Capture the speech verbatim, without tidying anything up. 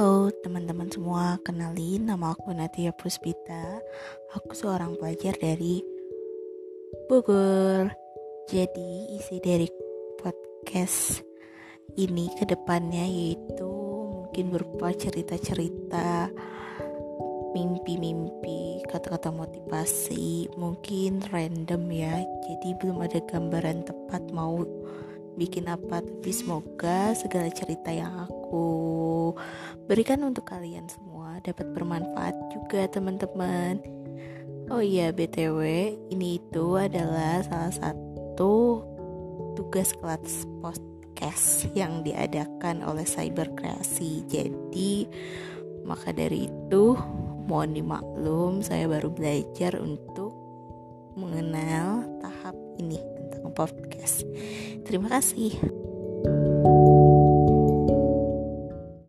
Halo teman-teman semua, kenalin nama aku Natia Puspita. Aku seorang pelajar dari Bogor. Jadi isi dari podcast ini ke depannya yaitu mungkin berupa cerita-cerita, mimpi-mimpi, kata-kata motivasi, mungkin random ya. Jadi belum ada gambaran tepat mau bikin apa, tapi semoga segala cerita yang aku berikan untuk kalian semua dapat bermanfaat juga teman-teman. Oh iya, B T W ini itu adalah salah satu tugas kelas podcast yang diadakan oleh Cyber Kreasi. Jadi maka dari itu mohon dimaklum, saya baru belajar untuk mengenal tahap ini tentang podcast. Terima kasih.